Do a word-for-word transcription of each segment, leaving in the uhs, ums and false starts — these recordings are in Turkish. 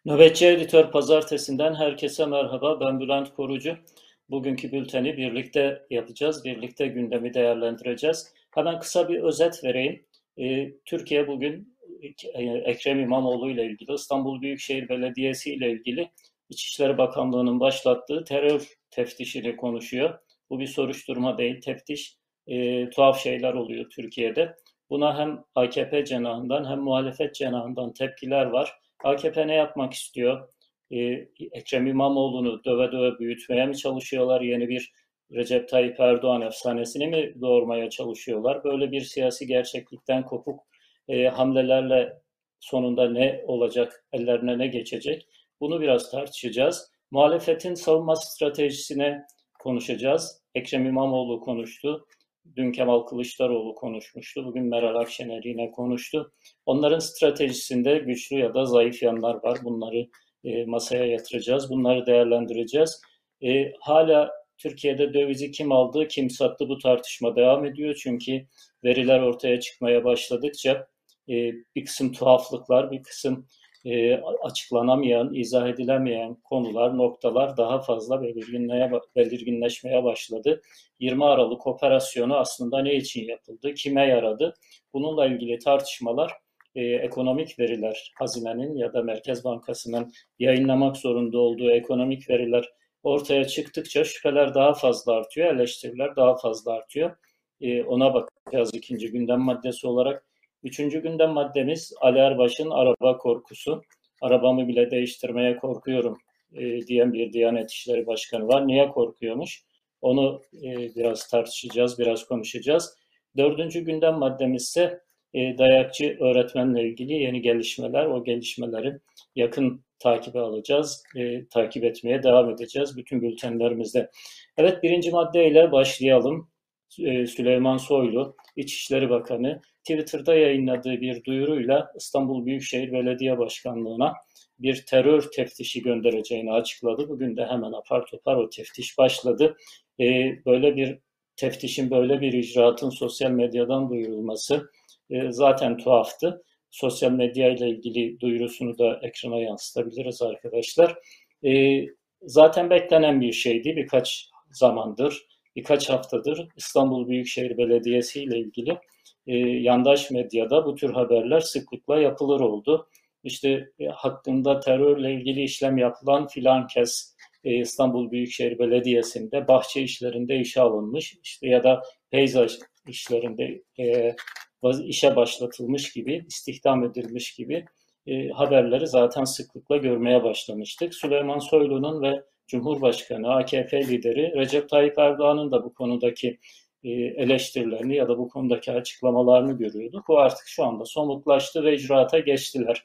Nöbetçi Editör Pazartesi'nden herkese merhaba. Ben Bülent Korucu. Bugünkü bülteni birlikte yapacağız. Birlikte gündemi değerlendireceğiz. Hemen kısa bir özet vereyim. Ee, Türkiye bugün e, Ekrem İmamoğlu ile ilgili, İstanbul Büyükşehir Belediyesi ile ilgili İçişleri Bakanlığı'nın başlattığı terör teftişini konuşuyor. Bu bir soruşturma değil, teftiş. E, tuhaf şeyler oluyor Türkiye'de. Buna hem A K P cenahından hem muhalefet cenahından tepkiler var. A K P ne yapmak istiyor? Ee, Ekrem İmamoğlu'nu döve döve büyütmeye mi çalışıyorlar? Yeni bir Recep Tayyip Erdoğan efsanesini mi doğurmaya çalışıyorlar? Böyle bir siyasi gerçeklikten kopuk e, hamlelerle sonunda ne olacak, ellerine ne geçecek? Bunu biraz tartışacağız. Muhalefetin savunma stratejisine konuşacağız. Ekrem İmamoğlu konuştu. Dün Kemal Kılıçdaroğlu konuşmuştu. Bugün Meral Akşener yine konuştu. Onların stratejisinde güçlü ya da zayıf yanlar var. Bunları e, masaya yatıracağız. Bunları değerlendireceğiz. E, hala Türkiye'de dövizi kim aldı, kim sattı bu tartışma devam ediyor. Çünkü veriler ortaya çıkmaya başladıkça e, bir kısım tuhaflıklar, bir kısım e, açıklanamayan, izah edilemeyen konular, noktalar daha fazla belirginleşmeye başladı. yirmi Aralık operasyonu aslında ne için yapıldı, kime yaradı? Bununla ilgili tartışmalar e, ekonomik veriler, hazinenin ya da Merkez Bankası'nın yayınlamak zorunda olduğu ekonomik veriler ortaya çıktıkça şüpheler daha fazla artıyor, eleştiriler daha fazla artıyor. E, ona bakacağız ikinci gündem maddesi olarak. Üçüncü gündem maddemiz Ali Erbaş'ın araba korkusu. Arabamı bile değiştirmeye korkuyorum e, diyen bir Diyanet İşleri Başkanı var. Niye korkuyormuş? Onu e, biraz tartışacağız, biraz konuşacağız. Dördüncü gündem maddemiz ise e, dayakçı öğretmenle ilgili yeni gelişmeler. O gelişmeleri yakın takibe alacağız, e, takip etmeye devam edeceğiz bütün bültenlerimizde. Evet, birinci maddeyle başlayalım. E, Süleyman Soylu, İçişleri Bakanı, Twitter'da yayınladığı bir duyuruyla İstanbul Büyükşehir Belediye Başkanlığı'na bir terör teftişi göndereceğini açıkladı. Bugün de hemen apar topar o teftiş başladı. E, böyle bir teftişin, böyle bir icraatın sosyal medyadan duyurulması e, zaten tuhaftı. Sosyal medya ile ilgili duyurusunu da ekrana yansıtabiliriz arkadaşlar. E, zaten beklenen bir şeydi. Birkaç zamandır, birkaç haftadır İstanbul Büyükşehir Belediyesi ile ilgili e, yandaş medyada bu tür haberler sıklıkla yapılır oldu. İşte e, hakkında terörle ilgili işlem yapılan filan kez e, İstanbul Büyükşehir Belediyesi'nde bahçe işlerinde işe alınmış, işte ya da peyzaj işlerinde e, işe başlatılmış gibi, istihdam edilmiş gibi e, haberleri zaten sıklıkla görmeye başlamıştık. Süleyman Soylu'nun ve Cumhurbaşkanı, A K P lideri Recep Tayyip Erdoğan'ın da bu konudaki e, eleştirilerini ya da bu konudaki açıklamalarını görüyorduk. O artık şu anda somutlaştı ve icraata geçtiler.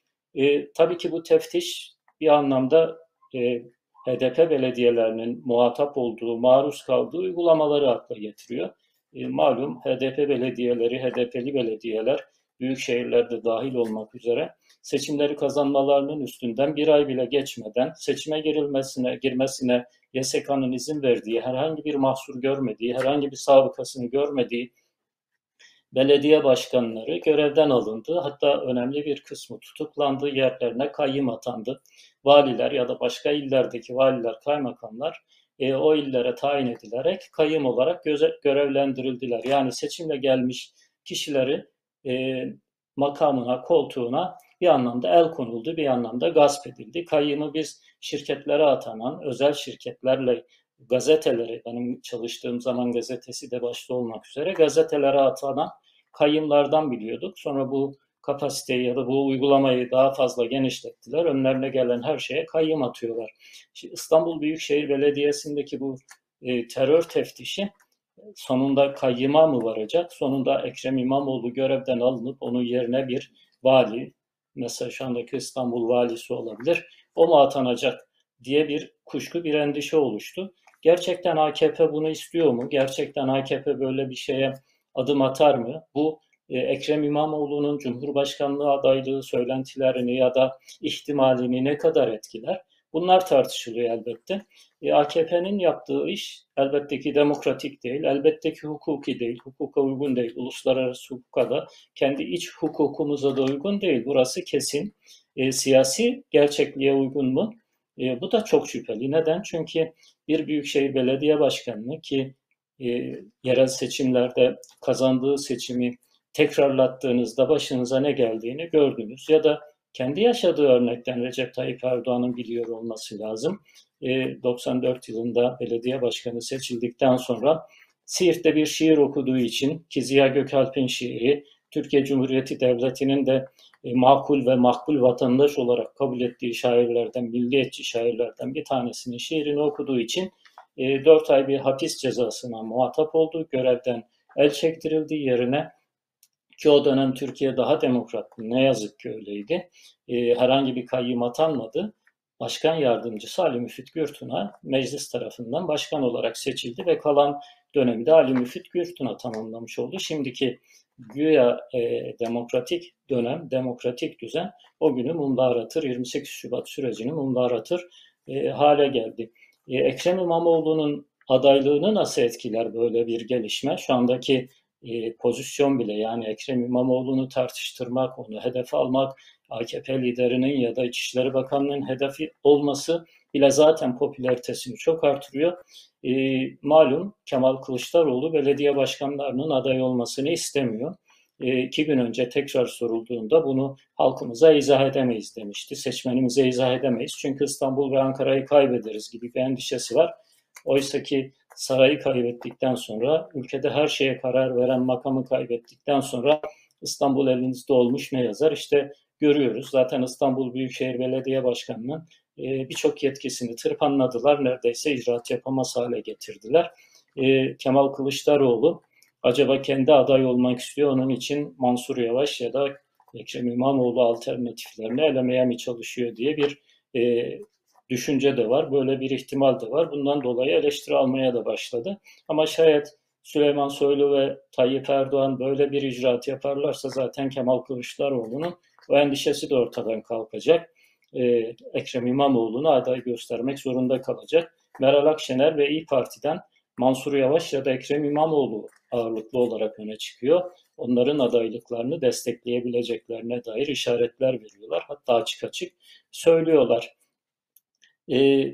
E, tabii ki bu teftiş bir anlamda e, H D P belediyelerinin muhatap olduğu, maruz kaldığı uygulamaları akla getiriyor. E, malum H D P belediyeleri, H D P'li belediyeler, büyük şehirlerde dahil olmak üzere seçimleri kazanmalarının üstünden bir ay bile geçmeden seçime girilmesine, girmesine Y S K'nın izin verdiği, herhangi bir mahsur görmediği, herhangi bir sabıkasını görmediği belediye başkanları görevden alındı. Hatta önemli bir kısmı tutuklandı, yerlerine kayyım atandı. Valiler ya da başka illerdeki valiler, kaymakamlar e, o illere tayin edilerek kayyım olarak göze, görevlendirildiler. Yani seçimle gelmiş kişileri e, makamına, koltuğuna bir anlamda el konuldu, bir anlamda gasp edildi. Kayyımı biz şirketlere atanan, özel şirketlerle gazeteleri, benim çalıştığım zaman gazetesi de başta olmak üzere gazetelere atanan kayyımlardan biliyorduk. Sonra bu kapasiteyi ya da bu uygulamayı daha fazla genişlettiler. Önlerine gelen her şeye kayyım atıyorlar. Şimdi İstanbul Büyükşehir Belediyesi'ndeki bu e, terör teftişi sonunda kayyıma mı varacak? Sonunda Ekrem İmamoğlu görevden alınıp onun yerine bir vali, mesela şu andaki İstanbul valisi olabilir, o mu atanacak diye bir kuşku, bir endişe oluştu. Gerçekten A K P bunu istiyor mu? Gerçekten A K P böyle bir şeye adım atar mı? Bu e, Ekrem İmamoğlu'nun Cumhurbaşkanlığı adaylığı söylentilerini ya da ihtimalini ne kadar etkiler? Bunlar tartışılıyor elbette. E, A K P'nin yaptığı iş elbette ki demokratik değil, elbette ki hukuki değil, hukuka uygun değil, uluslararası hukuka da kendi iç hukukumuza da uygun değil. Burası kesin. e, siyasi gerçekliğe uygun mu? E, bu da çok şüpheli. Neden? Çünkü bir büyükşehir belediye başkanını ki e, yerel seçimlerde kazandığı seçimi tekrarlattığınızda başınıza ne geldiğini gördünüz. Ya da kendi yaşadığı örnekten Recep Tayyip Erdoğan'ın biliyor olması lazım. E, doksan dört yılında belediye başkanı seçildikten sonra Siirt'te bir şiir okuduğu için ki Ziya Gökalp'in şiiri Türkiye Cumhuriyeti Devleti'nin de e, makul ve makbul vatandaş olarak kabul ettiği şairlerden, milliyetçi şairlerden bir tanesinin şiirini okuduğu için e, dört ay bir hapis cezasına muhatap oldu. Görevden el çektirildi, yerine ki o dönem Türkiye daha demokrattı. Ne yazık ki öyleydi. E, herhangi bir kayyım atanmadı. Başkan yardımcısı Ali Müfit Gürtun'a meclis tarafından başkan olarak seçildi ve kalan dönemi de Ali Müfit Gürtun'a tamamlamış oldu. Şimdiki güya e, demokratik dönem, demokratik düzen o günü mumda aratır. yirmi sekiz Şubat sürecini mumda aratır e, hale geldi. E, Ekrem İmamoğlu'nun adaylığını nasıl etkiler böyle bir gelişme? Şu andaki e, pozisyon bile, yani Ekrem İmamoğlu'nu tartıştırmak, onu hedefe almak, A K P liderinin ya da İçişleri Bakanı'nın hedefi olması bile zaten popülaritesini çok artırıyor. E, malum Kemal Kılıçdaroğlu belediye başkanlarının aday olmasını istemiyor. E, iki gün önce tekrar sorulduğunda bunu halkımıza izah edemeyiz demişti. Seçmenimize izah edemeyiz çünkü İstanbul ve Ankara'yı kaybederiz gibi bir endişesi var. Oysa ki sarayı kaybettikten sonra, ülkede her şeye karar veren makamı kaybettikten sonra İstanbul elinizde olmuş ne yazar? İşte görüyoruz. Zaten İstanbul Büyükşehir Belediye Başkanı'nın e, birçok yetkisini tırpanladılar. Neredeyse icraat yapamaz hale getirdiler. E, Kemal Kılıçdaroğlu acaba kendi aday olmak istiyor. Onun için Mansur Yavaş ya da Ekrem İmamoğlu alternatiflerini elemeye mi çalışıyor diye bir e, düşünce de var. Böyle bir ihtimal de var. Bundan dolayı eleştiri almaya da başladı. Ama şayet Süleyman Soylu ve Tayyip Erdoğan böyle bir icraat yaparlarsa zaten Kemal Kılıçdaroğlu'nun o endişesi de ortadan kalkacak. Ee, Ekrem İmamoğlu'nu aday göstermek zorunda kalacak. Meral Akşener ve İYİ Parti'den Mansur Yavaş ya da Ekrem İmamoğlu ağırlıklı olarak öne çıkıyor. Onların adaylıklarını destekleyebileceklerine dair işaretler veriyorlar. Hatta açık açık söylüyorlar. Ee,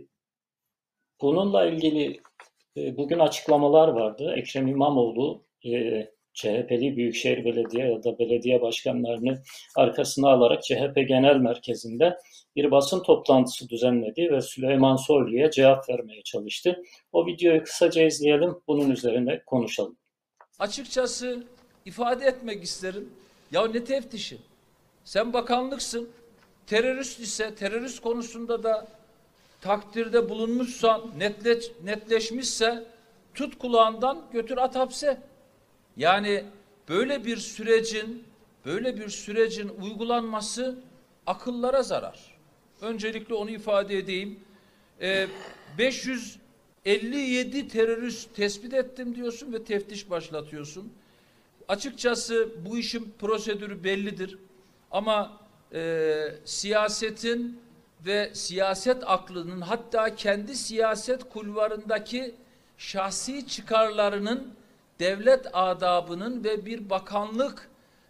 bununla ilgili e, bugün açıklamalar vardı. Ekrem İmamoğlu e, C H P'li Büyükşehir Belediye ya da belediye başkanlarını arkasına alarak C H P Genel Merkezi'nde bir basın toplantısı düzenledi ve Süleyman Soylu'ya cevap vermeye çalıştı. O videoyu kısaca izleyelim, bunun üzerine konuşalım. Açıkçası ifade etmek isterim. Ya ne teftişi? Sen bakanlıksın. Terörist ise terörist konusunda da takdirde bulunmuşsan, netleş, netleşmişse tut kulağından götür at hapse. Yani böyle bir sürecin böyle bir sürecin uygulanması akıllara zarar. Öncelikle onu ifade edeyim. Ee, beş yüz elli yedi terörist tespit ettim diyorsun ve teftiş başlatıyorsun. Açıkçası bu işin prosedürü bellidir. Ama e, siyasetin ve siyaset aklının, hatta kendi siyaset kulvarındaki şahsi çıkarlarının, devlet adabının ve bir bakanlık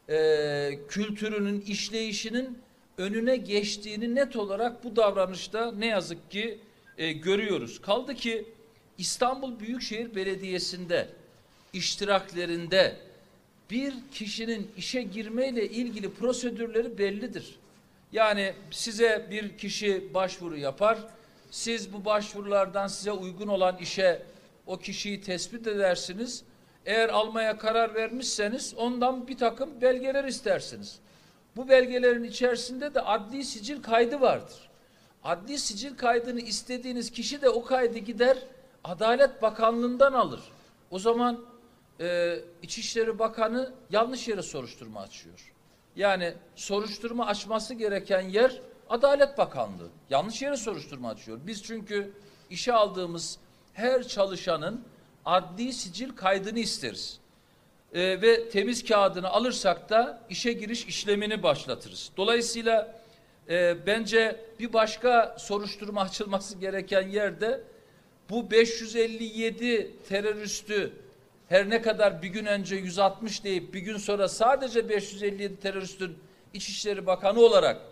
e, kültürünün işleyişinin önüne geçtiğini net olarak bu davranışta ne yazık ki e, görüyoruz. Kaldı ki İstanbul Büyükşehir Belediyesi'nde iştiraklerinde bir kişinin işe girmeyle ilgili prosedürleri bellidir. Yani size bir kişi başvuru yapar, siz bu başvurulardan size uygun olan işe o kişiyi tespit edersiniz. Eğer almaya karar vermişseniz ondan bir takım belgeler istersiniz. Bu belgelerin içerisinde de adli sicil kaydı vardır. Adli sicil kaydını istediğiniz kişi de o kaydı gider Adalet Bakanlığı'ndan alır. O zaman e, İçişleri Bakanı yanlış yere soruşturma açıyor. Yani soruşturma açması gereken yer Adalet Bakanlığı. Yanlış yere soruşturma açıyor. Biz çünkü işe aldığımız her çalışanın adli sicil kaydını isteriz. Ee, ve temiz kağıdını alırsak da işe giriş işlemini başlatırız. Dolayısıyla e, bence bir başka soruşturma açılması gereken yerde bu beş yüz elli yedi teröristü her ne kadar bir gün önce yüz altmış deyip bir gün sonra sadece beş yüz elli yedi teröristin İçişleri Bakanı olarak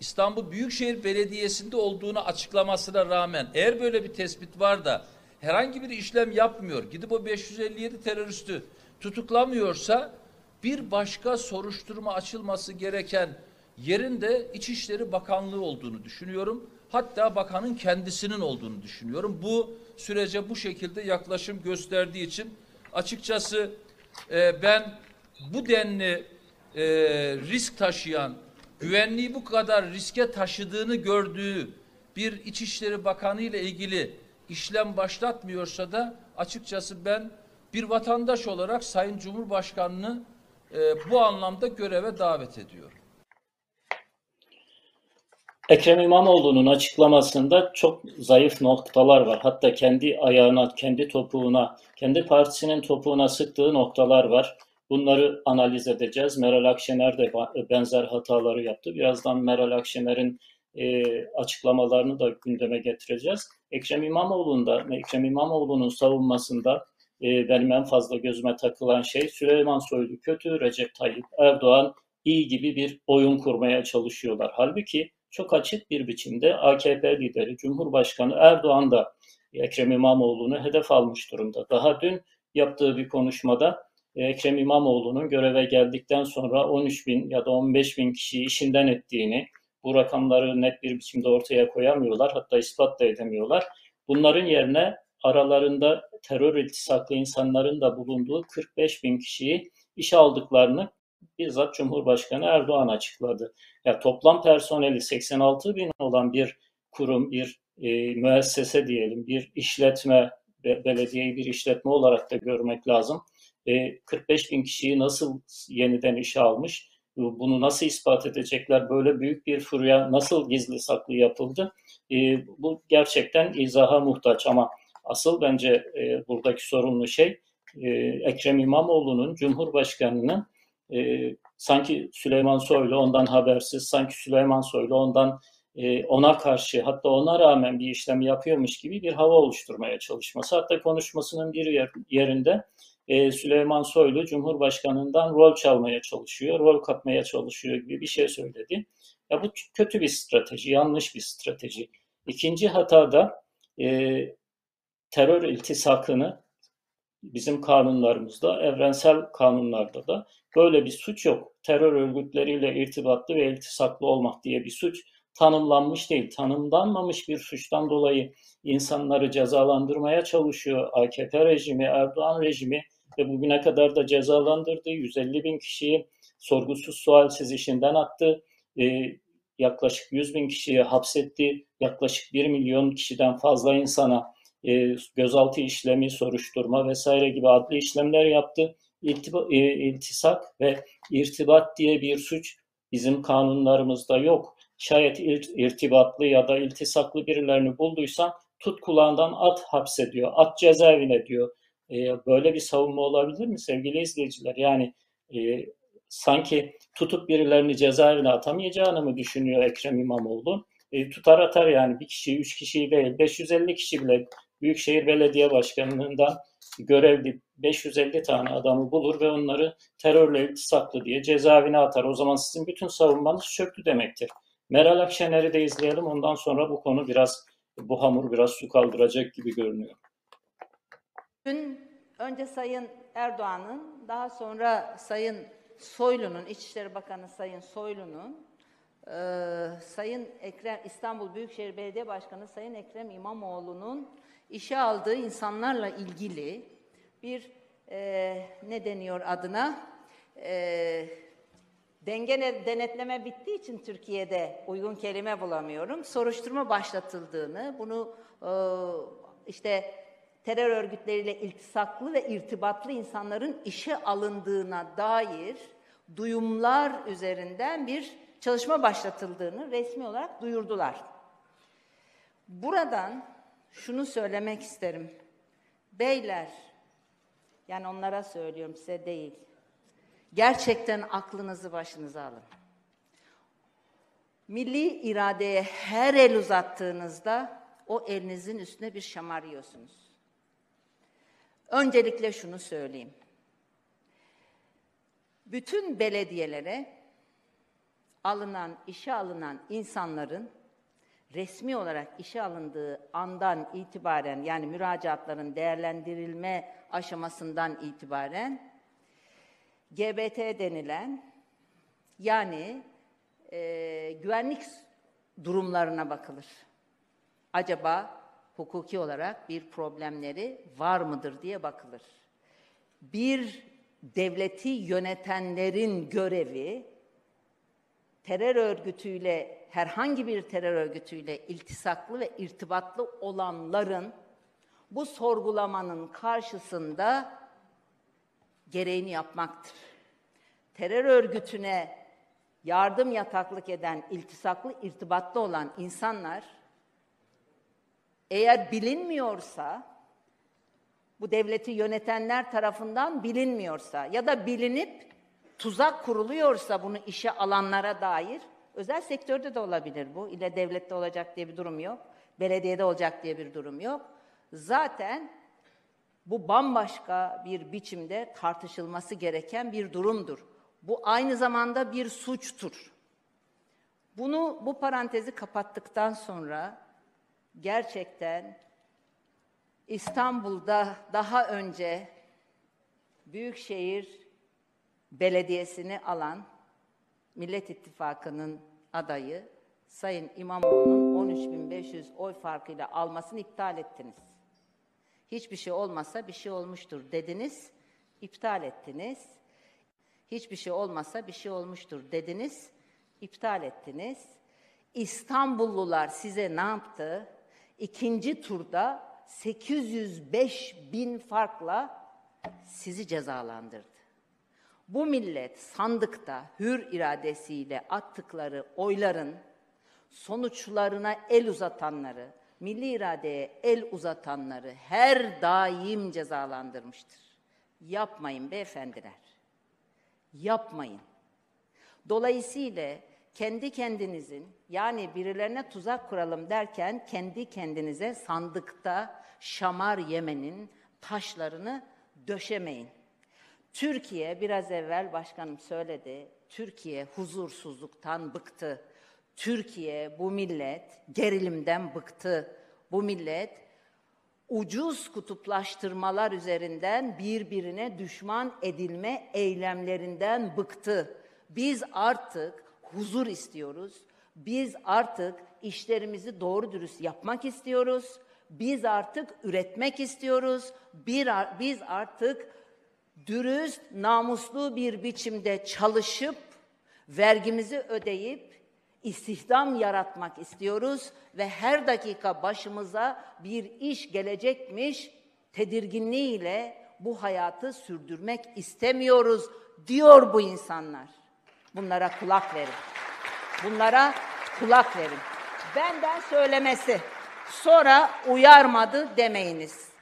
İstanbul Büyükşehir Belediyesi'nde olduğunu açıklamasına rağmen eğer böyle bir tespit var da herhangi bir işlem yapmıyor, gidip o beş yüz elli yedi teröristi tutuklamıyorsa bir başka soruşturma açılması gereken yerin de İçişleri Bakanlığı olduğunu düşünüyorum. Hatta bakanın kendisinin olduğunu düşünüyorum. Bu sürece bu şekilde yaklaşım gösterdiği için açıkçası e, ben bu denli e, risk taşıyan, güvenliği bu kadar riske taşıdığını gördüğü bir İçişleri Bakanı ile ilgili işlem başlatmıyorsa da açıkçası ben bir vatandaş olarak Sayın Cumhurbaşkanı'nı e, bu anlamda göreve davet ediyorum. Ekrem İmamoğlu'nun açıklamasında çok zayıf noktalar var. Hatta kendi ayağına, kendi topuğuna, kendi partisinin topuğuna sıktığı noktalar var. Bunları analiz edeceğiz. Meral Akşener de benzer hataları yaptı. Birazdan Meral Akşener'in e, açıklamalarını da gündeme getireceğiz. Ekrem İmamoğlu'nda, Ekrem İmamoğlu'nun savunmasında e, benim en fazla gözüme takılan şey Süleyman Soylu kötü, Recep Tayyip Erdoğan iyi gibi bir oyun kurmaya çalışıyorlar. Halbuki çok açık bir biçimde A K P lideri Cumhurbaşkanı Erdoğan da Ekrem İmamoğlu'nu hedef almış durumda. Daha dün yaptığı bir konuşmada Ekrem İmamoğlu'nun göreve geldikten sonra on üç bin ya da on beş bin kişiyi işinden ettiğini, bu rakamları net bir biçimde ortaya koyamıyorlar, hatta ispat da edemiyorlar. Bunların yerine aralarında terör iltisaklı insanların da bulunduğu kırk beş bin kişiyi işe aldıklarını bizzat Cumhurbaşkanı Erdoğan açıkladı. Ya toplam personeli seksen altı bin olan bir kurum, bir e, müessese diyelim, bir işletme, be, belediyeyi bir işletme olarak da görmek lazım. E, kırk beş bin kişiyi nasıl yeniden işe almış, bunu nasıl ispat edecekler, böyle büyük bir furya nasıl gizli saklı yapıldı? E, bu gerçekten izaha muhtaç ama asıl bence e, buradaki sorunlu şey e, Ekrem İmamoğlu'nun, Cumhurbaşkanı'nın e, sanki Süleyman Soylu ondan habersiz, sanki Süleyman Soylu ondan e, ona karşı, hatta ona rağmen bir işlem yapıyormuş gibi bir hava oluşturmaya çalışması. Hatta konuşmasının bir yer, yerinde e, Süleyman Soylu Cumhurbaşkanı'ndan rol çalmaya çalışıyor, rol kapmaya çalışıyor gibi bir şey söyledi. Ya bu kötü bir strateji, yanlış bir strateji. İkinci hata da e, terör iltisakını bizim kanunlarımızda, evrensel kanunlarda da böyle bir suç yok. Terör örgütleriyle irtibatlı ve iltisaklı olmak diye bir suç tanımlanmış değil. Tanımlanmamış bir suçtan dolayı insanları cezalandırmaya çalışıyor A K P rejimi, Erdoğan rejimi ve bugüne kadar da cezalandırdı. yüz elli bin kişiyi sorgusuz sualsiz işinden attı. Ee, yaklaşık yüz bin kişiyi hapsetti. Yaklaşık bir milyon kişiden fazla insana E, gözaltı işlemi, soruşturma vesaire gibi adli işlemler yaptı. İltiba, e, iltisak ve irtibat diye bir suç bizim kanunlarımızda yok. Şayet irtibatlı ya da iltisaklı birilerini bulduysan tut kulağından at hapsediyor, at cezaevine diyor. E, böyle bir savunma olabilir mi sevgili izleyiciler? Yani e, sanki tutup birilerini cezaevine atamayacağını mı düşünüyor Ekrem İmamoğlu? E, tutar atar yani bir kişiyi, üç kişiyi değil, beş yüz elli kişi bile Büyükşehir Belediye Başkanlığından görevli beş yüz elli tane adamı bulur ve onları terörle iltisaklı diye cezaevine atar. O zaman sizin bütün savunmanız çöktü demektir. Meral Akşener'i de izleyelim. Ondan sonra bu konu biraz, bu hamur biraz su kaldıracak gibi görünüyor. Dün önce Sayın Erdoğan'ın, daha sonra Sayın Soylu'nun, İçişleri Bakanı Sayın Soylu'nun, e, Sayın Ekrem, İstanbul Büyükşehir Belediye Başkanı Sayın Ekrem İmamoğlu'nun işe aldığı insanlarla ilgili bir e, ne deniyor adına e, denge denetleme bittiği için Türkiye'de uygun kelime bulamıyorum. Soruşturma başlatıldığını, bunu e, işte terör örgütleriyle iltisaklı ve irtibatlı insanların işe alındığına dair duyumlar üzerinden bir çalışma başlatıldığını resmi olarak duyurdular. Buradan şunu söylemek isterim. Beyler, yani onlara söylüyorum, size değil. Gerçekten aklınızı başınıza alın. Milli iradeye her el uzattığınızda o elinizin üstüne bir şamar yiyorsunuz. Öncelikle şunu söyleyeyim. Bütün belediyelere alınan, işe alınan insanların resmi olarak işe alındığı andan itibaren, yani müracaatların değerlendirilme aşamasından itibaren G B T denilen, yani e, güvenlik durumlarına bakılır. Acaba hukuki olarak bir problemleri var mıdır diye bakılır. Bir devleti yönetenlerin görevi, terör örgütüyle, herhangi bir terör örgütüyle iltisaklı ve irtibatlı olanların bu sorgulamanın karşısında gereğini yapmaktır. Terör örgütüne yardım yataklık eden, iltisaklı, irtibatlı olan insanlar, eğer bilinmiyorsa, bu devleti yönetenler tarafından bilinmiyorsa ya da bilinip tuzak kuruluyorsa bunu işe alanlara dair, özel sektörde de olabilir bu, ile devlette olacak diye bir durum yok, belediyede olacak diye bir durum yok. Zaten bu bambaşka bir biçimde tartışılması gereken bir durumdur. Bu aynı zamanda bir suçtur. Bunu, bu parantezi kapattıktan sonra gerçekten İstanbul'da daha önce Büyükşehir Belediyesi'ni alan Millet İttifakı'nın adayı Sayın İmamoğlu'nun on üç bin beş yüz oy farkıyla almasını iptal ettiniz. Hiçbir şey olmasa bir şey olmuştur dediniz, iptal ettiniz. Hiçbir şey olmasa bir şey olmuştur dediniz, iptal ettiniz. İstanbullular size ne yaptı? İkinci turda sekiz yüz beş bin farkla sizi cezalandırdı. Bu millet sandıkta hür iradesiyle attıkları oyların sonuçlarına el uzatanları, milli iradeye el uzatanları her daim cezalandırmıştır. Yapmayın beyefendiler. Yapmayın. Dolayısıyla kendi kendinizin, yani birilerine tuzak kuralım derken kendi kendinize sandıkta şamar yemenin taşlarını döşemeyin. Türkiye, biraz evvel başkanım söyledi, Türkiye huzursuzluktan bıktı. Türkiye, bu millet gerilimden bıktı. Bu millet ucuz kutuplaştırmalar üzerinden birbirine düşman edilme eylemlerinden bıktı. Biz artık huzur istiyoruz. Biz artık işlerimizi doğru dürüst yapmak istiyoruz. Biz artık üretmek istiyoruz. Bir, biz artık dürüst, namuslu bir biçimde çalışıp, vergimizi ödeyip, istihdam yaratmak istiyoruz ve her dakika başımıza bir iş gelecekmiş tedirginliğiyle bu hayatı sürdürmek istemiyoruz diyor bu insanlar. Bunlara kulak verin. Bunlara kulak verin. Benden söylemesi, sonra uyarmadı demeyiniz.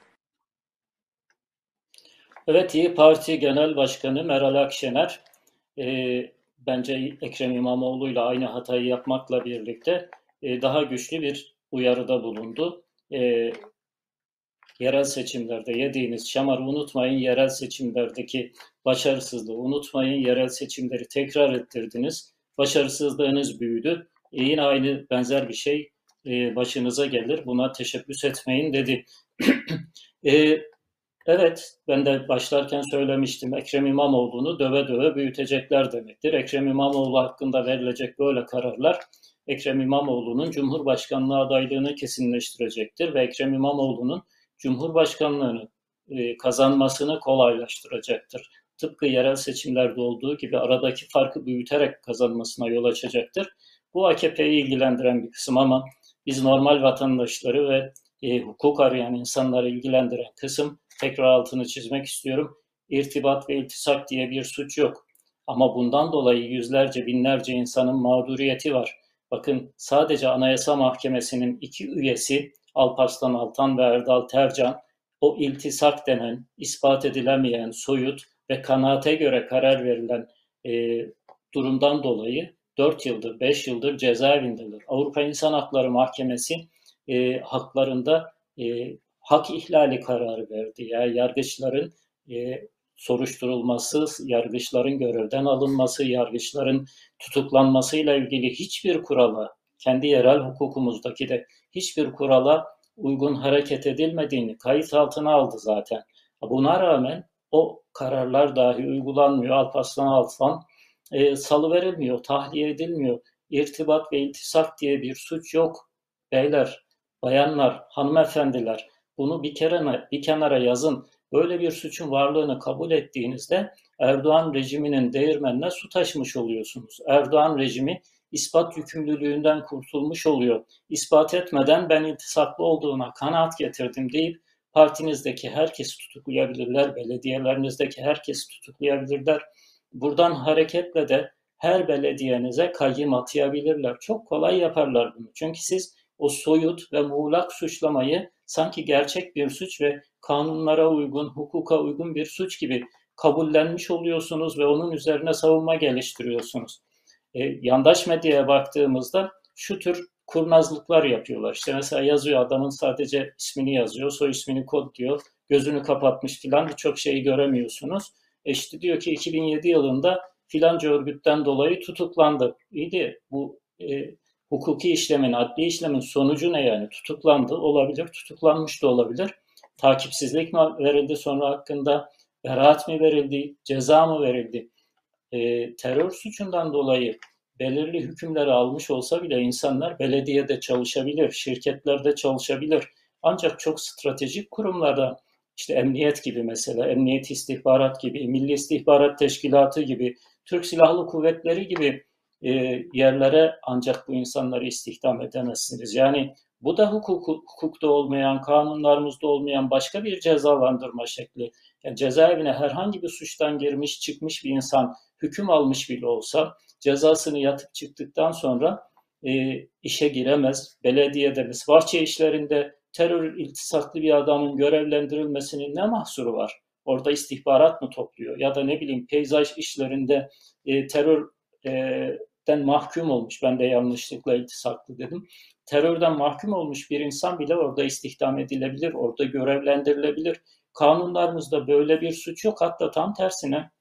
Evet, İYİ Parti Genel Başkanı Meral Akşener, e, bence Ekrem İmamoğlu'yla aynı hatayı yapmakla birlikte e, daha güçlü bir uyarıda bulundu. E, yerel seçimlerde yediğiniz şamarı unutmayın, yerel seçimlerdeki başarısızlığı unutmayın, yerel seçimleri tekrar ettirdiniz, başarısızlığınız büyüdü. E, yine aynı benzer bir şey e, başınıza gelir, buna teşebbüs etmeyin dedi. e, Evet, ben de başlarken söylemiştim, Ekrem İmamoğlu'nu döve döve büyütecekler demektir. Ekrem İmamoğlu hakkında verilecek böyle kararlar, Ekrem İmamoğlu'nun Cumhurbaşkanlığı adaylığını kesinleştirecektir ve Ekrem İmamoğlu'nun Cumhurbaşkanlığını e, kazanmasını kolaylaştıracaktır. Tıpkı yerel seçimlerde olduğu gibi aradaki farkı büyüterek kazanmasına yol açacaktır. Bu A K P'yi ilgilendiren bir kısım ama biz normal vatandaşları ve e, hukuk arayan insanları ilgilendiren kısım, tekrar altını çizmek istiyorum, irtibat ve iltisak diye bir suç yok. Ama bundan dolayı yüzlerce, binlerce insanın mağduriyeti var. Bakın, sadece Anayasa Mahkemesi'nin iki üyesi, Alparslan Altan ve Erdal Tercan, o iltisak denen, ispat edilemeyen, soyut ve kanaate göre karar verilen e, durumdan dolayı dört yıldır, beş yıldır cezaevindeler. Avrupa İnsan Hakları Mahkemesi e, haklarında e, hak ihlali kararı verdi. Yani yargıçların e, soruşturulması, yargıçların görevden alınması, yargıçların tutuklanmasıyla ilgili hiçbir kurala, kendi yerel hukukumuzdaki de hiçbir kurala uygun hareket edilmediğini kayıt altına aldı zaten. Buna rağmen o kararlar dahi uygulanmıyor. Alparslan Altan e, salıverilmiyor, tahliye edilmiyor. İrtibat ve iltisak diye bir suç yok. Beyler, bayanlar, hanımefendiler, bunu bir kere bir kenara yazın. Böyle bir suçun varlığını kabul ettiğinizde Erdoğan rejiminin değirmenine su taşımış oluyorsunuz. Erdoğan rejimi ispat yükümlülüğünden kurtulmuş oluyor. İspat etmeden ben iltisaklı olduğuna kanaat getirdim deyip partinizdeki herkesi tutuklayabilirler, belediyelerinizdeki herkesi tutuklayabilirler. Buradan hareketle de her belediyenize kayyım atayabilirler. Çok kolay yaparlar bunu. Çünkü siz o soyut ve muğlak suçlamayı sanki gerçek bir suç ve kanunlara uygun, hukuka uygun bir suç gibi kabullenmiş oluyorsunuz ve onun üzerine savunma geliştiriyorsunuz. E, yandaş medyaya baktığımızda şu tür kurnazlıklar yapıyorlar. İşte mesela yazıyor, adamın sadece ismini yazıyor, soy ismini kod diyor, gözünü kapatmış filan, birçok şeyi göremiyorsunuz. E işte diyor ki iki bin yedi yılında filanca örgütten dolayı tutuklandı. İyi de bu e, hukuki işlemin, adli işlemin sonucu ne yani? Tutuklandı olabilir, tutuklanmış da olabilir. Takipsizlik mi verildi, sonra hakkında beraat mi verildi, ceza mı verildi? E, terör suçundan dolayı belirli hükümleri almış olsa bile insanlar belediyede çalışabilir, şirketlerde çalışabilir. Ancak çok stratejik kurumlarda, işte emniyet gibi mesela, emniyet istihbarat gibi, Milli İstihbarat Teşkilatı gibi, Türk Silahlı Kuvvetleri gibi e, yerlere ancak bu insanları istihdam edemezsiniz. Yani bu da hukuk, hukukta olmayan, kanunlarımızda olmayan başka bir cezalandırma şekli. Yani cezaevine herhangi bir suçtan girmiş çıkmış bir insan hüküm almış bile olsa cezasını yatıp çıktıktan sonra e, işe giremez. Belediyede, mesela bahçe işlerinde terör iltisaklı bir adamın görevlendirilmesinin ne mahsuru var? Orada istihbarat mı topluyor? Ya da ne bileyim peyzaj işlerinde e, terörden mahkum olmuş, ben de yanlışlıkla iltisaklı dedim. Terörden mahkum olmuş bir insan bile orada istihdam edilebilir, orada görevlendirilebilir. Kanunlarımızda böyle bir suç yok. Hatta tam tersine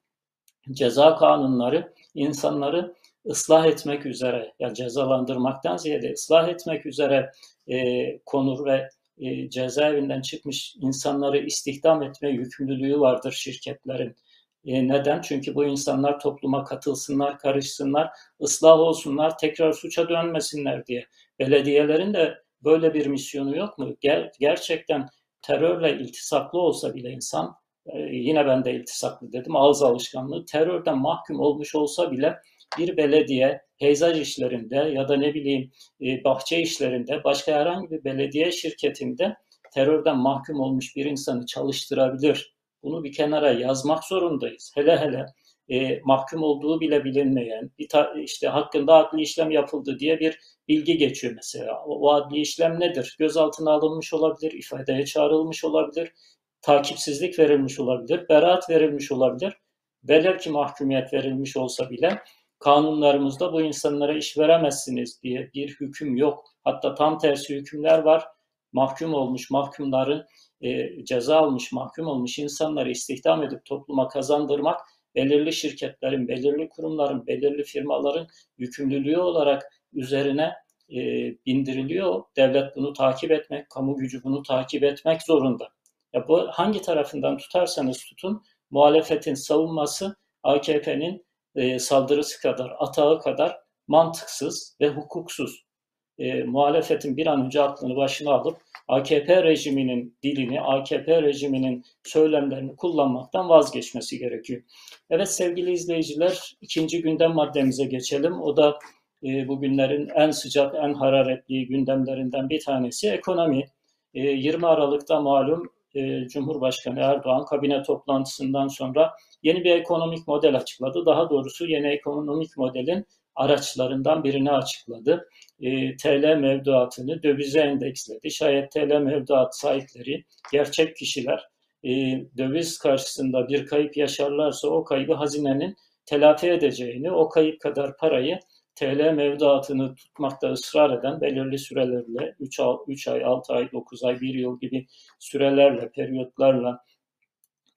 ceza kanunları insanları ıslah etmek üzere, yani cezalandırmaktan ziyade ıslah etmek üzere e, konur ve e, cezaevinden çıkmış insanları istihdam etme yükümlülüğü vardır şirketlerin. E, neden? Çünkü bu insanlar topluma katılsınlar, karışsınlar, ıslah olsunlar, tekrar suça dönmesinler diye. Belediyelerin de böyle bir misyonu yok mu? Ger- gerçekten terörle iltisaklı olsa bile insan, e, yine ben de iltisaklı dedim, ağız alışkanlığı, terörden mahkum olmuş olsa bile bir belediye peyzaj işlerinde ya da ne bileyim e, bahçe işlerinde, başka herhangi bir belediye şirketinde terörden mahkum olmuş bir insanı çalıştırabilir. Bunu bir kenara yazmak zorundayız. Hele hele e, mahkum olduğu bile bilinmeyen, bir ta, işte hakkında adli işlem yapıldı diye bir bilgi geçiyor mesela. O, o adli işlem nedir? Gözaltına alınmış olabilir, ifadeye çağrılmış olabilir, takipsizlik verilmiş olabilir, beraat verilmiş olabilir. Velev ki mahkumiyet verilmiş olsa bile kanunlarımızda bu insanlara iş veremezsiniz diye bir hüküm yok. Hatta tam tersi hükümler var. Mahkum olmuş mahkumları, e, ceza almış mahkum olmuş insanları istihdam edip topluma kazandırmak belirli şirketlerin, belirli kurumların, belirli firmaların yükümlülüğü olarak üzerine e, bindiriliyor. Devlet bunu takip etmek, kamu gücü bunu takip etmek zorunda. Ya bu hangi tarafından tutarsanız tutun, muhalefetin savunması A K P'nin e, saldırısı kadar, atağı kadar mantıksız ve hukuksuz. E, muhalefetin bir an önce aklını başına alıp A K P rejiminin dilini, A K P rejiminin söylemlerini kullanmaktan vazgeçmesi gerekiyor. Evet sevgili izleyiciler, ikinci gündem maddemize geçelim. O da e, bugünlerin en sıcak, en hararetli gündemlerinden bir tanesi ekonomi. E, yirmi Aralık'ta malum e, Cumhurbaşkanı Erdoğan kabine toplantısından sonra yeni bir ekonomik model açıkladı. Daha doğrusu yeni ekonomik modelin araçlarından birini açıkladı. E, T L mevduatını dövize endeksledi. Şayet T L mevduat sahipleri, gerçek kişiler e, döviz karşısında bir kayıp yaşarlarsa o kaybı hazinenin telafi edeceğini, o kayıp kadar parayı T L mevduatını tutmakta ısrar eden belirli sürelerle üç ay, altı ay, dokuz ay, bir yıl gibi sürelerle, periyotlarla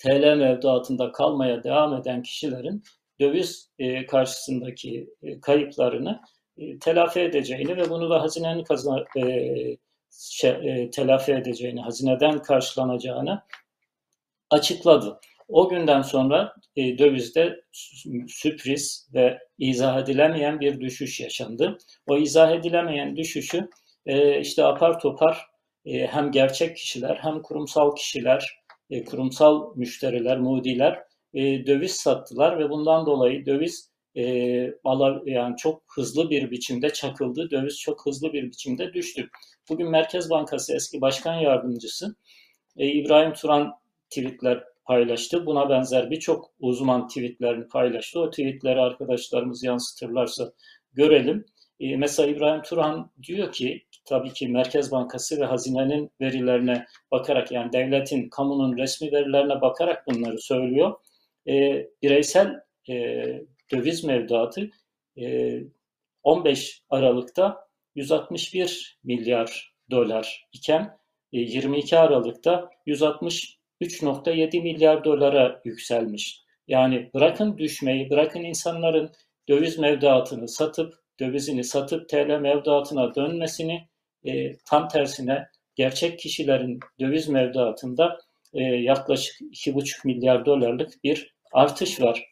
T L mevduatında kalmaya devam eden kişilerin döviz e, karşısındaki e, kayıplarını e, telafi edeceğini ve bunu da hazinenin kazan, e, şey, e, telafi edeceğini, hazineden karşılanacağını açıkladı. O günden sonra e, dövizde sürpriz ve izah edilemeyen bir düşüş yaşandı. O izah edilemeyen düşüşü e, işte apar topar e, hem gerçek kişiler hem kurumsal kişiler, e, kurumsal müşteriler, mudiler e, döviz sattılar ve bundan dolayı döviz e, yani çok hızlı bir biçimde çakıldı. Döviz çok hızlı bir biçimde düştü. Bugün Merkez Bankası eski başkan yardımcısı e, İbrahim Turan tweetler paylaştı. Buna benzer birçok uzman tweetlerini paylaştı. O tweetleri arkadaşlarımız yansıtırlarsa görelim. E, mesela İbrahim Turan diyor ki, tabii ki Merkez Bankası ve hazinenin verilerine bakarak, yani devletin, kamunun resmi verilerine bakarak bunları söylüyor. E, bireysel e, döviz mevduatı e, on beş Aralık'ta yüz altmış bir milyar dolar iken yirmi iki Aralık'ta yüz altmış üç nokta yedi milyar dolara yükselmiş. Yani bırakın düşmeyi, bırakın insanların döviz mevduatını satıp, dövizini satıp T L mevduatına dönmesini, e, tam tersine gerçek kişilerin döviz mevduatında e, yaklaşık iki buçuk milyar dolarlık bir artış var.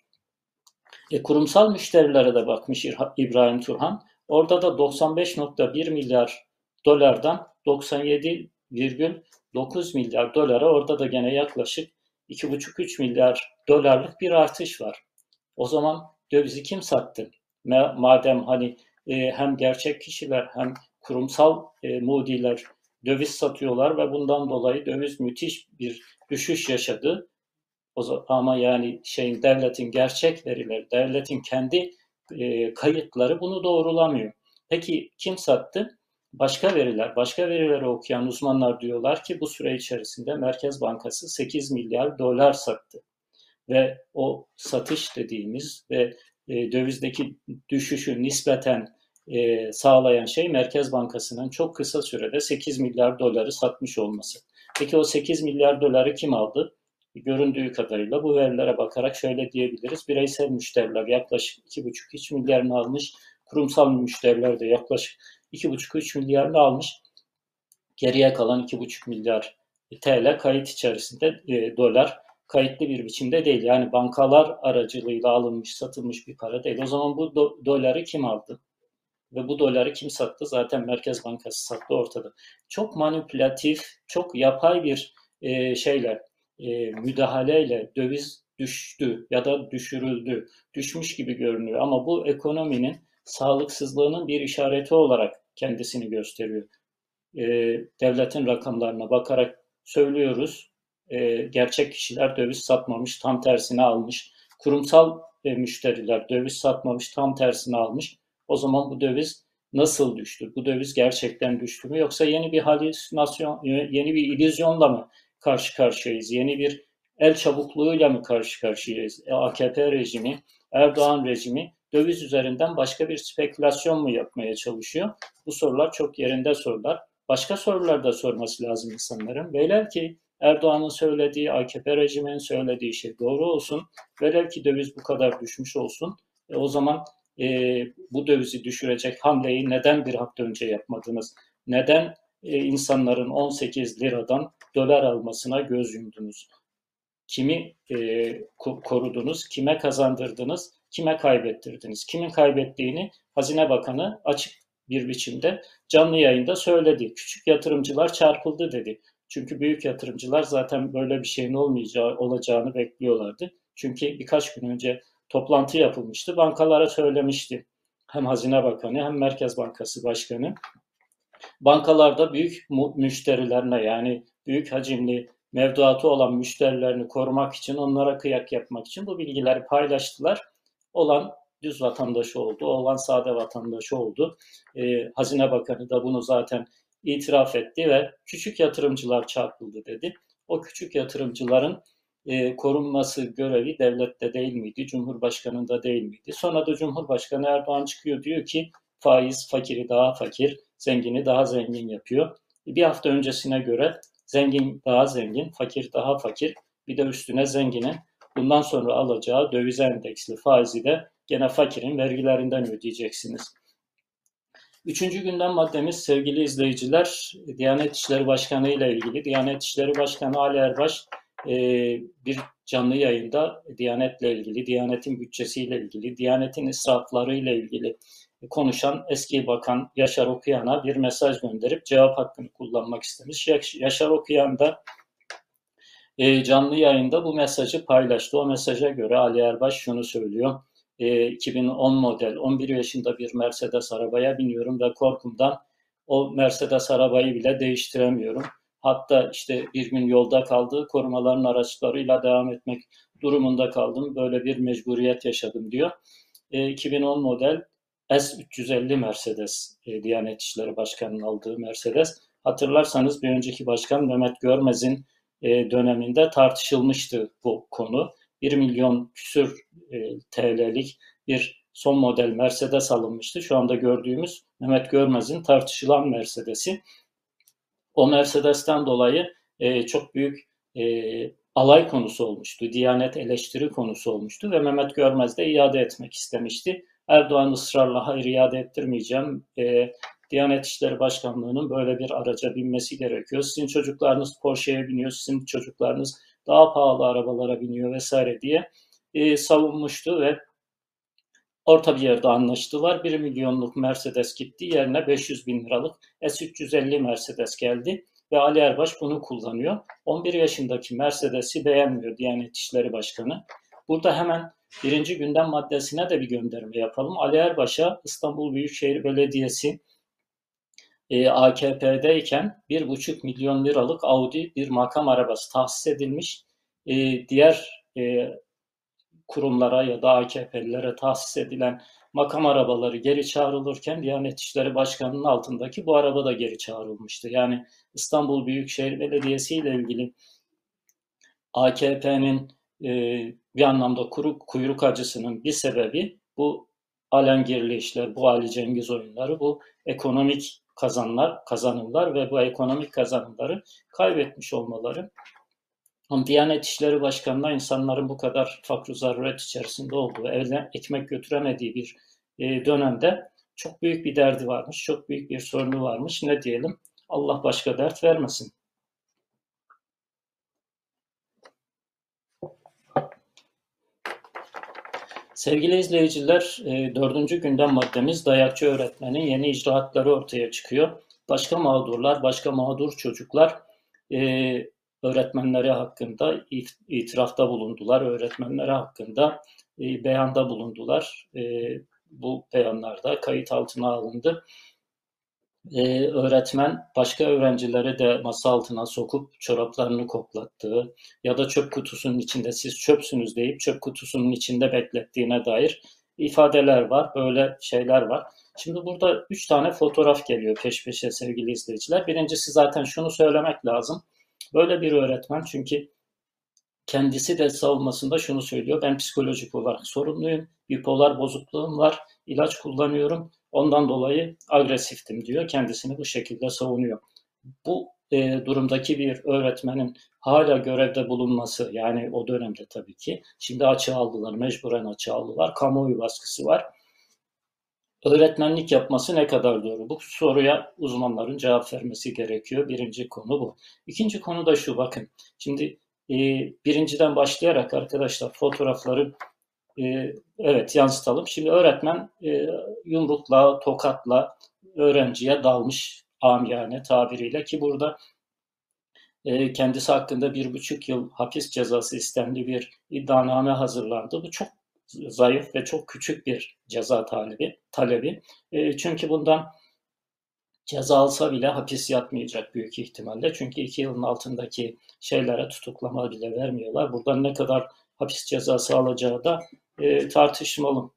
E, kurumsal müşterilere de bakmış İbrahim Turhan. Orada da doksan beş nokta bir milyar dolardan doksan yedi virgül dokuz milyar dolara, orada da gene yaklaşık iki buçuk üç milyar dolarlık bir artış var. O zaman dövizi kim sattı? Madem hani e, hem gerçek kişiler hem kurumsal e, mudiler döviz satıyorlar ve bundan dolayı döviz müthiş bir düşüş yaşadı. O, ama yani şeyin, devletin gerçek verileri, devletin kendi e, kayıtları bunu doğrulamıyor. Peki kim sattı? Başka veriler, başka verileri okuyan uzmanlar diyorlar ki bu süre içerisinde Merkez Bankası sekiz milyar dolar sattı. Ve o satış dediğimiz ve e, dövizdeki düşüşü nispeten e, sağlayan şey Merkez Bankası'nın çok kısa sürede sekiz milyar doları satmış olması. Peki o sekiz milyar doları kim aldı? Göründüğü kadarıyla bu verilere bakarak şöyle diyebiliriz. Bireysel müşteriler yaklaşık iki buçuk üç milyarını almış. Kurumsal müşteriler de yaklaşık iki buçuk üç milyarını almış. Geriye kalan iki buçuk milyar T L kayıt içerisinde, e, dolar kayıtlı bir biçimde değil. Yani bankalar aracılığıyla alınmış, satılmış bir para değil. O zaman bu do- doları kim aldı? Ve bu doları kim sattı? Zaten Merkez Bankası sattı, ortada. Çok manipülatif, çok yapay bir e, şeyle, e, müdahaleyle döviz düştü ya da düşürüldü, düşmüş gibi görünüyor. Ama bu ekonominin sağlıksızlığının bir işareti olarak kendisini gösteriyor. E, devletin rakamlarına bakarak söylüyoruz. E, gerçek kişiler döviz satmamış, tam tersine almış. Kurumsal e, müşteriler döviz satmamış, tam tersine almış. O zaman bu döviz nasıl düştü? Bu döviz gerçekten düştü mü? Yoksa yeni bir halüsinasyon, yeni bir illüzyonla mı karşı karşıyayız? Yeni bir el çabukluğuyla mı karşı karşıyayız? E, A K P rejimi, Erdoğan rejimi döviz üzerinden başka bir spekülasyon mu yapmaya çalışıyor? Bu sorular çok yerinde sorular. Başka sorular da sorması lazım insanların. Velev ki Erdoğan'ın söylediği, A K P rejiminin söylediği şey doğru olsun. Velev ki döviz bu kadar düşmüş olsun. E, o zaman e, bu dövizi düşürecek hamleyi neden bir hafta önce yapmadınız? Neden e, insanların on sekiz liradan dolar almasına göz yumdunuz? Kimi e, korudunuz? Kime kazandırdınız? Kime kaybettirdiniz? Kimin kaybettiğini Hazine Bakanı açık bir biçimde canlı yayında söyledi. Küçük yatırımcılar çarpıldı dedi. Çünkü büyük yatırımcılar zaten böyle bir şeyin olmayacağı, olacağını bekliyorlardı. Çünkü birkaç gün önce toplantı yapılmıştı. Bankalara söylemişti. Hem Hazine Bakanı hem Merkez Bankası Başkanı. Bankalarda büyük müşterilerine, yani büyük hacimli mevduatı olan müşterilerini korumak için, onlara kıyak yapmak için bu bilgileri paylaştılar. Olan düz vatandaşı oldu, olan sade vatandaşı oldu. Ee, Hazine Bakanı da bunu zaten itiraf etti ve küçük yatırımcılar çarpıldı dedi. O küçük yatırımcıların e, korunması görevi devlette değil miydi, Cumhurbaşkanı'nda değil miydi? Sonra da Cumhurbaşkanı Erdoğan çıkıyor, diyor ki faiz fakiri daha fakir, zengini daha zengin yapıyor. Bir hafta öncesine göre zengin daha zengin, fakir daha fakir. Bir de üstüne zenginin bundan sonra alacağı döviz endeksli faizi de gene fakirin vergilerinden ödeyeceksiniz. Üçüncü gündem maddemiz sevgili izleyiciler, Diyanet İşleri Başkanı ile ilgili. Diyanet İşleri Başkanı Ali Erbaş e, bir canlı yayında Diyanet'le ilgili, Diyanet'in bütçesiyle ilgili, Diyanet'in israfları ile ilgili konuşan eski bakan Yaşar Okuyan'a bir mesaj gönderip cevap hakkını kullanmak istemiş. Yaşar Okuyan da e, canlı yayında bu mesajı paylaştı. O mesaja göre Ali Erbaş şunu söylüyor. iki bin on model on bir yaşında bir Mercedes arabaya biniyorum ve korkumdan o Mercedes arabayı bile değiştiremiyorum. Hatta işte bir gün yolda kaldığı korumaların araçlarıyla devam etmek durumunda kaldım. Böyle bir mecburiyet yaşadım diyor. iki bin on model S üç yüz elli Mercedes, Diyanet İşleri Başkanı'nın aldığı Mercedes. Hatırlarsanız bir önceki başkan Mehmet Görmez'in döneminde tartışılmıştı bu konu. bir milyon küsür T L'lik bir son model Mercedes alınmıştı. Şu anda gördüğümüz Mehmet Görmez'in tartışılan Mercedes'i. O Mercedes'ten dolayı e, çok büyük e, alay konusu olmuştu. Diyanet eleştiri konusu olmuştu ve Mehmet Görmez de iade etmek istemişti. Erdoğan ısrarla hayır iade ettirmeyeceğim. E, Diyanet İşleri Başkanlığı'nın böyle bir araca binmesi gerekiyor. Sizin çocuklarınız Porsche'ye biniyor, sizin çocuklarınız daha pahalı arabalara biniyor vesaire diye e, savunmuştu ve orta bir yerde anlaştılar. bir milyonluk Mercedes gitti, yerine beş yüz bin liralık S üç yüz elli Mercedes geldi ve Ali Erbaş bunu kullanıyor. on bir yaşındaki Mercedes'i beğenmiyor Diyanet İşleri Başkanı. Burada hemen birinci gündem maddesine de bir gönderme yapalım. Ali Erbaş'a İstanbul Büyükşehir Belediyesi e, A K P'deyken bir buçuk milyon liralık Audi bir makam arabası tahsis edilmiş. E, diğer e, kurumlara ya da A K P'lilere tahsis edilen makam arabaları geri çağrılırken Diyanet İşleri Başkanı'nın altındaki bu araba da geri çağrılmıştı. Yani İstanbul Büyükşehir Belediyesi ile ilgili A K P'nin e, bir anlamda kuyruk, kuyruk acısının bir sebebi bu alengirli işler, bu Ali Cengiz oyunları, bu ekonomik kazanlar, kazanımlar ve bu ekonomik kazanımları kaybetmiş olmaları. Ama Diyanet İşleri Başkanı'na insanların bu kadar fakr-ı zaruret içerisinde olduğu, evden ekmek götüremediği bir e, dönemde çok büyük bir derdi varmış, çok büyük bir sorunu varmış. Ne diyelim? Allah başka dert vermesin. Sevgili izleyiciler, e, dördüncü gündem maddemiz dayakçı öğretmenin yeni icraatları ortaya çıkıyor. Başka mağdurlar, başka mağdur çocuklar e, öğretmenleri hakkında itirafta bulundular, öğretmenleri hakkında e, beyanda bulundular. E, bu beyanlarda kayıt altına alındı. Ee, öğretmen başka öğrencileri de masa altına sokup çoraplarını koklattığı ya da çöp kutusunun içinde siz çöpsünüz deyip çöp kutusunun içinde beklettiğine dair ifadeler var, böyle şeyler var. Şimdi burada üç tane fotoğraf geliyor peş peşe sevgili izleyiciler. Birincisi zaten şunu söylemek lazım. Böyle bir öğretmen çünkü kendisi de savunmasında şunu söylüyor. Ben psikolojik olarak sorumluyum, bipolar bozukluğum var, ilaç kullanıyorum. Ondan dolayı agresiftim diyor. Kendisini bu şekilde savunuyor. Bu e, durumdaki bir öğretmenin hala görevde bulunması, yani o dönemde tabii ki, şimdi açığa aldılar, mecburen açığa aldılar, kamuoyu baskısı var. Öğretmenlik yapması ne kadar doğru? Bu soruya uzmanların cevap vermesi gerekiyor. Birinci konu bu. İkinci konu da şu, bakın. Şimdi e, birinciden başlayarak arkadaşlar fotoğrafları e, evet yansıtalım. Şimdi öğretmen e, yumrukla, tokatla öğrenciye dalmış amiyane tabiriyle, ki burada e, kendisi hakkında bir buçuk yıl hapis cezası istendiği bir iddianame hazırlandı. Bu çok zayıf ve çok küçük bir ceza talebi. talebi. E, çünkü bundan ceza alsa bile hapis yatmayacak büyük ihtimalle. Çünkü iki yılın altındaki şeylere tutuklama bile vermiyorlar. Buradan ne kadar hapis cezası alacağı da e, tartışmalı.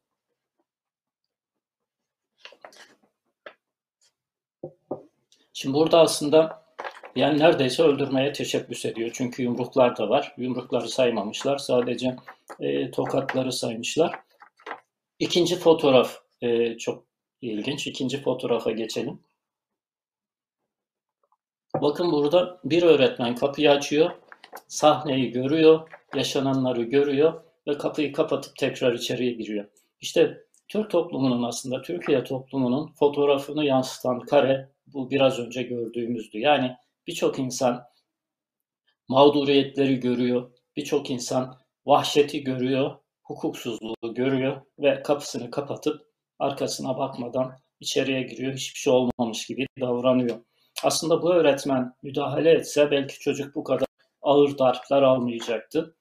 Şimdi burada aslında yani neredeyse öldürmeye teşebbüs ediyor. Çünkü yumruklar da var. Yumrukları saymamışlar. Sadece e, tokatları saymışlar. İkinci fotoğraf e, çok ilginç. İkinci fotoğrafa geçelim. Bakın burada bir öğretmen kapıyı açıyor. sahneyi görüyor, yaşananları görüyor ve kapıyı kapatıp tekrar içeriye giriyor. İşte Türk toplumunun, aslında Türkiye toplumunun fotoğrafını yansıtan kare bu biraz önce gördüğümüzdü. Yani birçok insan mağduriyetleri görüyor, birçok insan vahşeti görüyor, hukuksuzluğu görüyor ve kapısını kapatıp arkasına bakmadan içeriye giriyor, hiçbir şey olmamış gibi davranıyor. Aslında bu öğretmen müdahale etse belki çocuk bu kadar ağır darplar almayacaktı.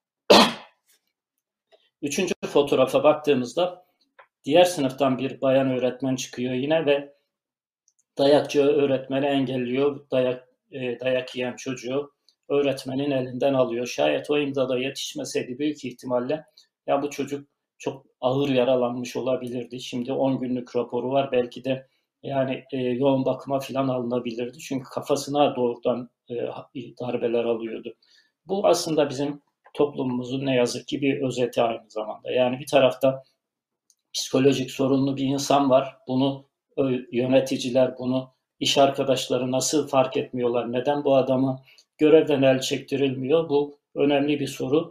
Üçüncü fotoğrafa baktığımızda diğer sınıftan bir bayan öğretmen çıkıyor yine ve dayakçı öğretmeni engelliyor, dayak, e, dayak yiyen çocuğu öğretmenin elinden alıyor. Şayet o imdada yetişmeseydi büyük ihtimalle ya bu çocuk çok ağır yaralanmış olabilirdi. Şimdi on günlük raporu var. Belki de yani e, yoğun bakıma falan alınabilirdi. Çünkü kafasına doğrudan e, darbeler alıyordu. Bu aslında bizim toplumumuzun ne yazık ki bir özeti aynı zamanda. Yani bir tarafta psikolojik sorunlu bir insan var. Bunu yöneticiler, bunu iş arkadaşları nasıl fark etmiyorlar? Neden bu adamı görevden el çektirilmiyor? Bu önemli bir soru.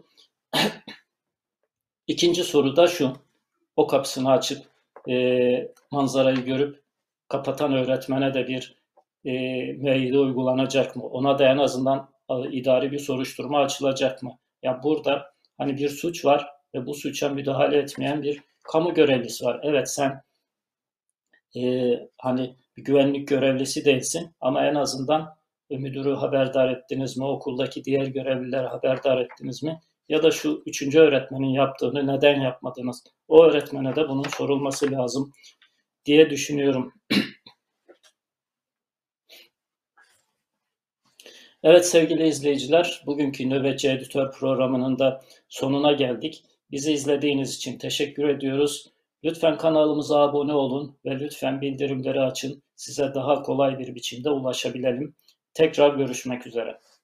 İkinci soru da şu. O kapısını açıp e, manzarayı görüp kapatan öğretmene de bir e, müeyyide uygulanacak mı? Ona da en azından idari bir soruşturma açılacak mı? Yani burada hani bir suç var ve bu suça müdahale etmeyen bir kamu görevlisi var. Evet, sen e, hani bir güvenlik görevlisi değilsin ama en azından e, müdürü haberdar ettiniz mi? Okuldaki diğer görevlileri haberdar ettiniz mi? Ya da şu üçüncü öğretmenin yaptığını neden yapmadınız? O öğretmene de bunun sorulması lazım diye düşünüyorum. Evet sevgili izleyiciler, bugünkü Nöbetçi Editör programının da sonuna geldik. Bizi izlediğiniz için teşekkür ediyoruz. Lütfen kanalımıza abone olun ve lütfen bildirimleri açın. Size daha kolay bir biçimde ulaşabilelim. Tekrar görüşmek üzere.